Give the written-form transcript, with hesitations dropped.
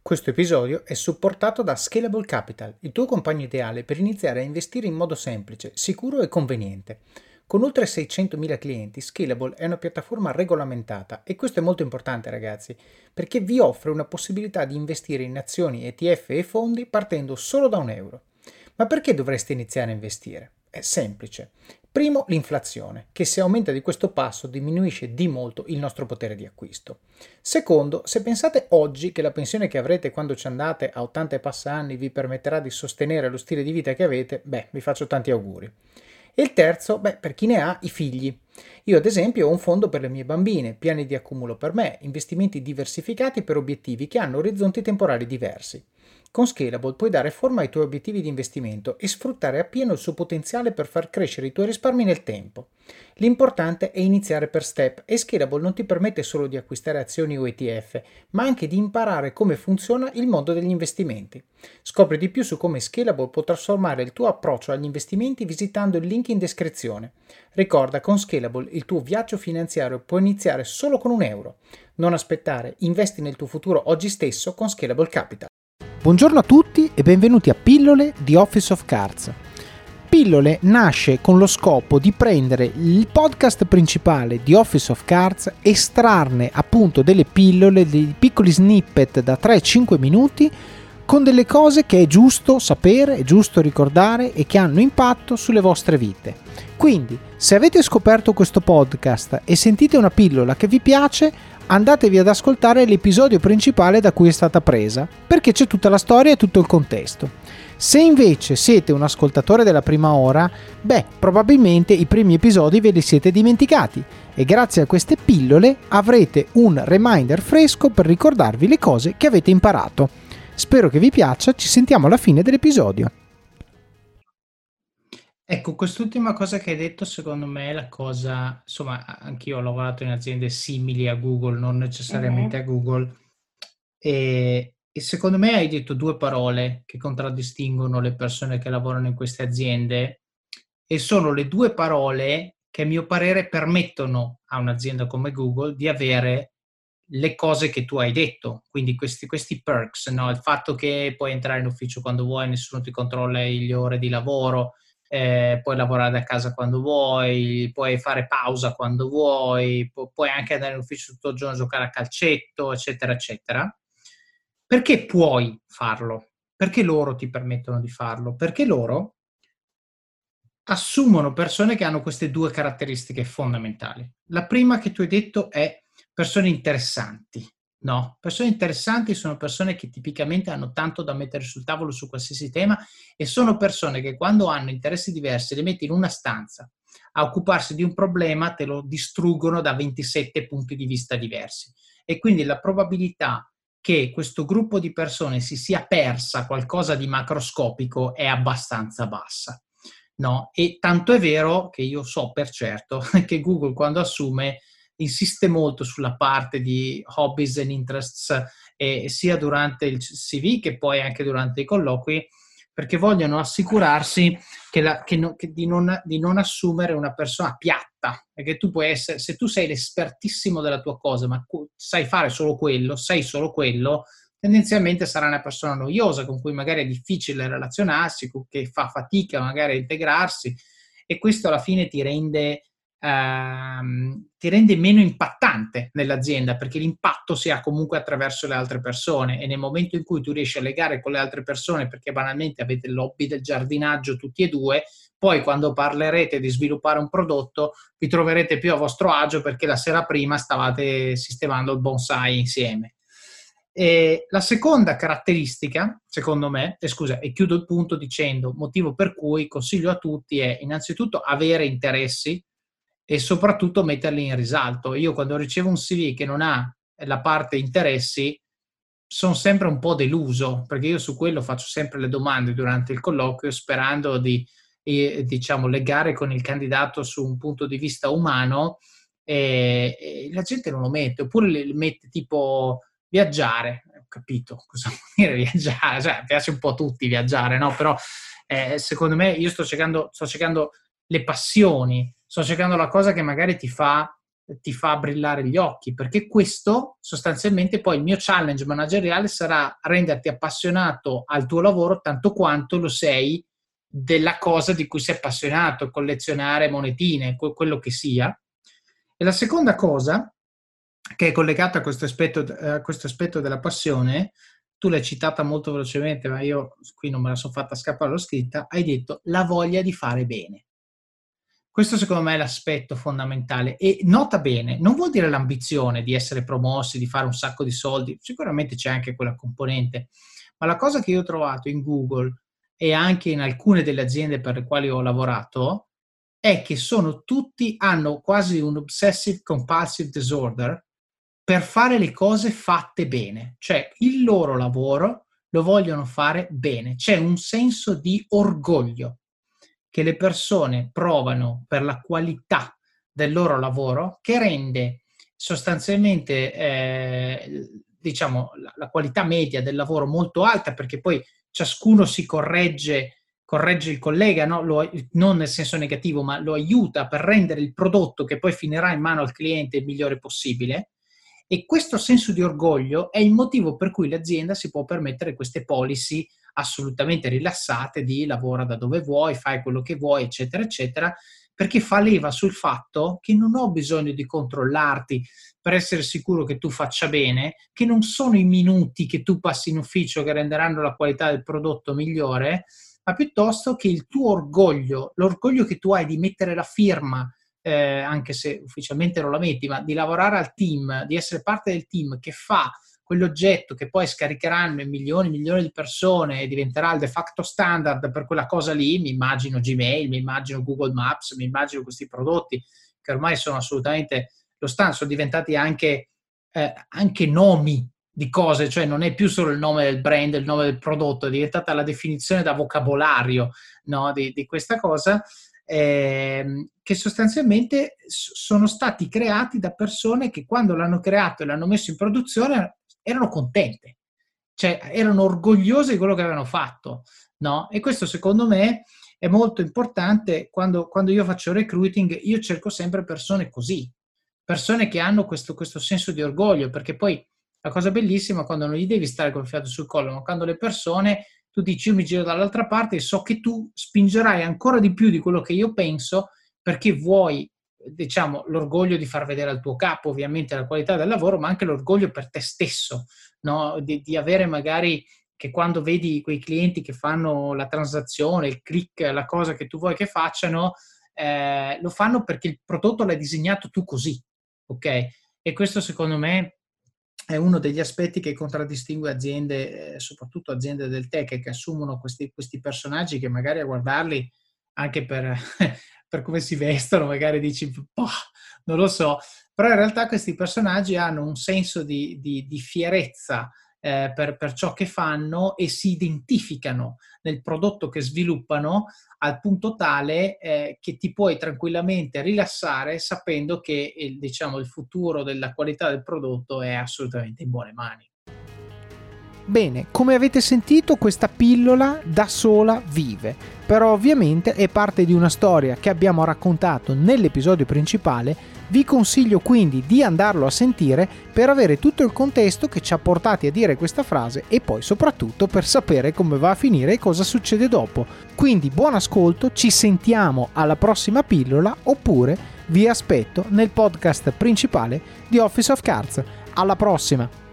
Questo episodio è supportato da Scalable Capital, il tuo compagno ideale per iniziare a investire in modo semplice, sicuro e conveniente. Con oltre 600.000 clienti, Scalable è una piattaforma regolamentata e questo è molto importante, ragazzi, perché vi offre una possibilità di investire in azioni, ETF e fondi partendo solo da €1. Ma perché dovreste iniziare a investire? È semplice. Primo, l'inflazione, che se aumenta di questo passo diminuisce di molto il nostro potere di acquisto. Secondo, se pensate oggi che la pensione che avrete quando ci andate a 80 e passa anni vi permetterà di sostenere lo stile di vita che avete, vi faccio tanti auguri. E il terzo, per chi ne ha, i figli. Io ad esempio ho un fondo per le mie bambine, piani di accumulo per me, investimenti diversificati per obiettivi che hanno orizzonti temporali diversi. Con Scalable puoi dare forma ai tuoi obiettivi di investimento e sfruttare appieno il suo potenziale per far crescere i tuoi risparmi nel tempo. L'importante è iniziare per step e Scalable non ti permette solo di acquistare azioni o ETF, ma anche di imparare come funziona il mondo degli investimenti. Scopri di più su come Scalable può trasformare il tuo approccio agli investimenti visitando il link in descrizione. Ricorda, con Scalable il tuo viaggio finanziario può iniziare solo con €1. Non aspettare, investi nel tuo futuro oggi stesso con Scalable Capital. Buongiorno a tutti e benvenuti a Pillole di Office of Cards. Pillole nasce con lo scopo di prendere il podcast principale di Office of Cards, estrarne appunto delle pillole, dei piccoli snippet da 3-5 minuti con delle cose che è giusto sapere, è giusto ricordare e che hanno impatto sulle vostre vite. Quindi, se avete scoperto questo podcast e sentite una pillola che vi piace, andatevi ad ascoltare l'episodio principale da cui è stata presa, perché c'è tutta la storia e tutto il contesto. Se invece siete un ascoltatore della prima ora, probabilmente i primi episodi ve li siete dimenticati e grazie a queste pillole avrete un reminder fresco per ricordarvi le cose che avete imparato. Spero che vi piaccia, ci sentiamo alla fine dell'episodio. Ecco, quest'ultima cosa che hai detto secondo me è la cosa, insomma, anch'io ho lavorato in aziende simili a Google, non necessariamente a Google, e secondo me hai detto due parole che contraddistinguono le persone che lavorano in queste aziende e sono le due parole che a mio parere permettono a un'azienda come Google di avere le cose che tu hai detto, quindi questi perks, no? Il fatto che puoi entrare in ufficio quando vuoi, nessuno ti controlla le ore di lavoro, puoi lavorare da casa quando vuoi, puoi fare pausa quando vuoi, puoi anche andare in ufficio tutto il giorno a giocare a calcetto, eccetera, eccetera. Perché puoi farlo? Perché loro ti permettono di farlo? Perché loro assumono persone che hanno queste due caratteristiche fondamentali. La prima che tu hai detto è persone interessanti. No, persone interessanti sono persone che tipicamente hanno tanto da mettere sul tavolo su qualsiasi tema e sono persone che quando hanno interessi diversi li metti in una stanza a occuparsi di un problema, te lo distruggono da 27 punti di vista diversi. E quindi la probabilità che questo gruppo di persone si sia persa qualcosa di macroscopico è abbastanza bassa. No? E tanto è vero che io so per certo che Google quando assume insiste molto sulla parte di hobbies and interests sia durante il CV che poi anche durante i colloqui, perché vogliono assicurarsi di non assumere una persona piatta, perché tu puoi essere, se tu sei l'espertissimo della tua cosa ma sai fare solo quello, sei solo quello, tendenzialmente sarà una persona noiosa con cui magari è difficile relazionarsi, che fa fatica magari a integrarsi e questo alla fine ti rende meno impattante nell'azienda perché l'impatto si ha comunque attraverso le altre persone e nel momento in cui tu riesci a legare con le altre persone perché banalmente avete l'hobby del giardinaggio tutti e due, poi quando parlerete di sviluppare un prodotto vi troverete più a vostro agio perché la sera prima stavate sistemando il bonsai insieme. E la seconda caratteristica, secondo me, e chiudo il punto dicendo, motivo per cui consiglio a tutti è innanzitutto avere interessi e soprattutto metterli in risalto. Io quando ricevo un CV che non ha la parte interessi sono sempre un po' deluso, perché io su quello faccio sempre le domande durante il colloquio sperando di legare con il candidato su un punto di vista umano e la gente non lo mette, oppure le mette tipo viaggiare, ho capito cosa vuol dire viaggiare, cioè piace un po' a tutti viaggiare, no? Però secondo me io sto cercando le passioni, sto cercando la cosa che magari ti fa ti fa brillare gli occhi, perché questo sostanzialmente poi il mio challenge manageriale sarà renderti appassionato al tuo lavoro tanto quanto lo sei della cosa di cui sei appassionato, collezionare monetine, quello che sia. E la seconda cosa, che è collegata a questo aspetto della passione, tu l'hai citata molto velocemente, ma io qui non me la sono fatta scappare, l'ho scritta, hai detto la voglia di fare bene. Questo secondo me è l'aspetto fondamentale, e nota bene, non vuol dire l'ambizione di essere promossi, di fare un sacco di soldi, sicuramente c'è anche quella componente, ma la cosa che io ho trovato in Google e anche in alcune delle aziende per le quali ho lavorato è che hanno quasi un obsessive compulsive disorder per fare le cose fatte bene, cioè il loro lavoro lo vogliono fare bene, c'è un senso di orgoglio che le persone provano per la qualità del loro lavoro, che rende sostanzialmente diciamo la qualità media del lavoro molto alta, perché poi ciascuno si corregge il collega, no? Non nel senso negativo, ma lo aiuta per rendere il prodotto che poi finirà in mano al cliente il migliore possibile. E questo senso di orgoglio è il motivo per cui l'azienda si può permettere queste policy assolutamente rilassate di lavora da dove vuoi, fai quello che vuoi, eccetera, eccetera, perché fa leva sul fatto che non ho bisogno di controllarti per essere sicuro che tu faccia bene, che non sono i minuti che tu passi in ufficio che renderanno la qualità del prodotto migliore, ma piuttosto che il tuo orgoglio, l'orgoglio che tu hai di mettere la firma, anche se ufficialmente non la metti, ma di lavorare al team, di essere parte del team che fa quell'oggetto che poi scaricheranno in milioni e milioni di persone e diventerà il de facto standard per quella cosa lì. Mi immagino Gmail, mi immagino Google Maps, mi immagino questi prodotti che ormai sono assolutamente lo standard, sono diventati anche nomi di cose, cioè non è più solo il nome del brand, il nome del prodotto, è diventata la definizione da vocabolario, no, di questa cosa, che sostanzialmente sono stati creati da persone che quando l'hanno creato e l'hanno messo in produzione erano contente, cioè erano orgogliose di quello che avevano fatto, no? E questo secondo me è molto importante. Quando io faccio recruiting, io cerco sempre persone così, persone che hanno questo senso di orgoglio, perché poi la cosa bellissima quando non gli devi stare col fiato sul collo, ma quando le persone, tu dici io mi giro dall'altra parte e so che tu spingerai ancora di più di quello che io penso, perché vuoi, diciamo, l'orgoglio di far vedere al tuo capo ovviamente la qualità del lavoro, ma anche l'orgoglio per te stesso, no? Di avere magari che quando vedi quei clienti che fanno la transazione, il click, la cosa che tu vuoi che facciano, lo fanno perché il prodotto l'hai disegnato tu così, ok? E questo secondo me è uno degli aspetti che contraddistingue aziende, soprattutto aziende del tech, che assumono questi personaggi che magari a guardarli anche per come si vestono magari dici, non lo so, però in realtà questi personaggi hanno un senso di fierezza per ciò che fanno e si identificano nel prodotto che sviluppano al punto tale che ti puoi tranquillamente rilassare sapendo che diciamo, il futuro della qualità del prodotto è assolutamente in buone mani. Bene, come avete sentito, questa pillola da sola vive, però ovviamente è parte di una storia che abbiamo raccontato nell'episodio principale. Vi consiglio quindi di andarlo a sentire per avere tutto il contesto che ci ha portati a dire questa frase e poi soprattutto per sapere come va a finire e cosa succede dopo. Quindi buon ascolto, ci sentiamo alla prossima pillola oppure vi aspetto nel podcast principale di Office of Cards. Alla prossima!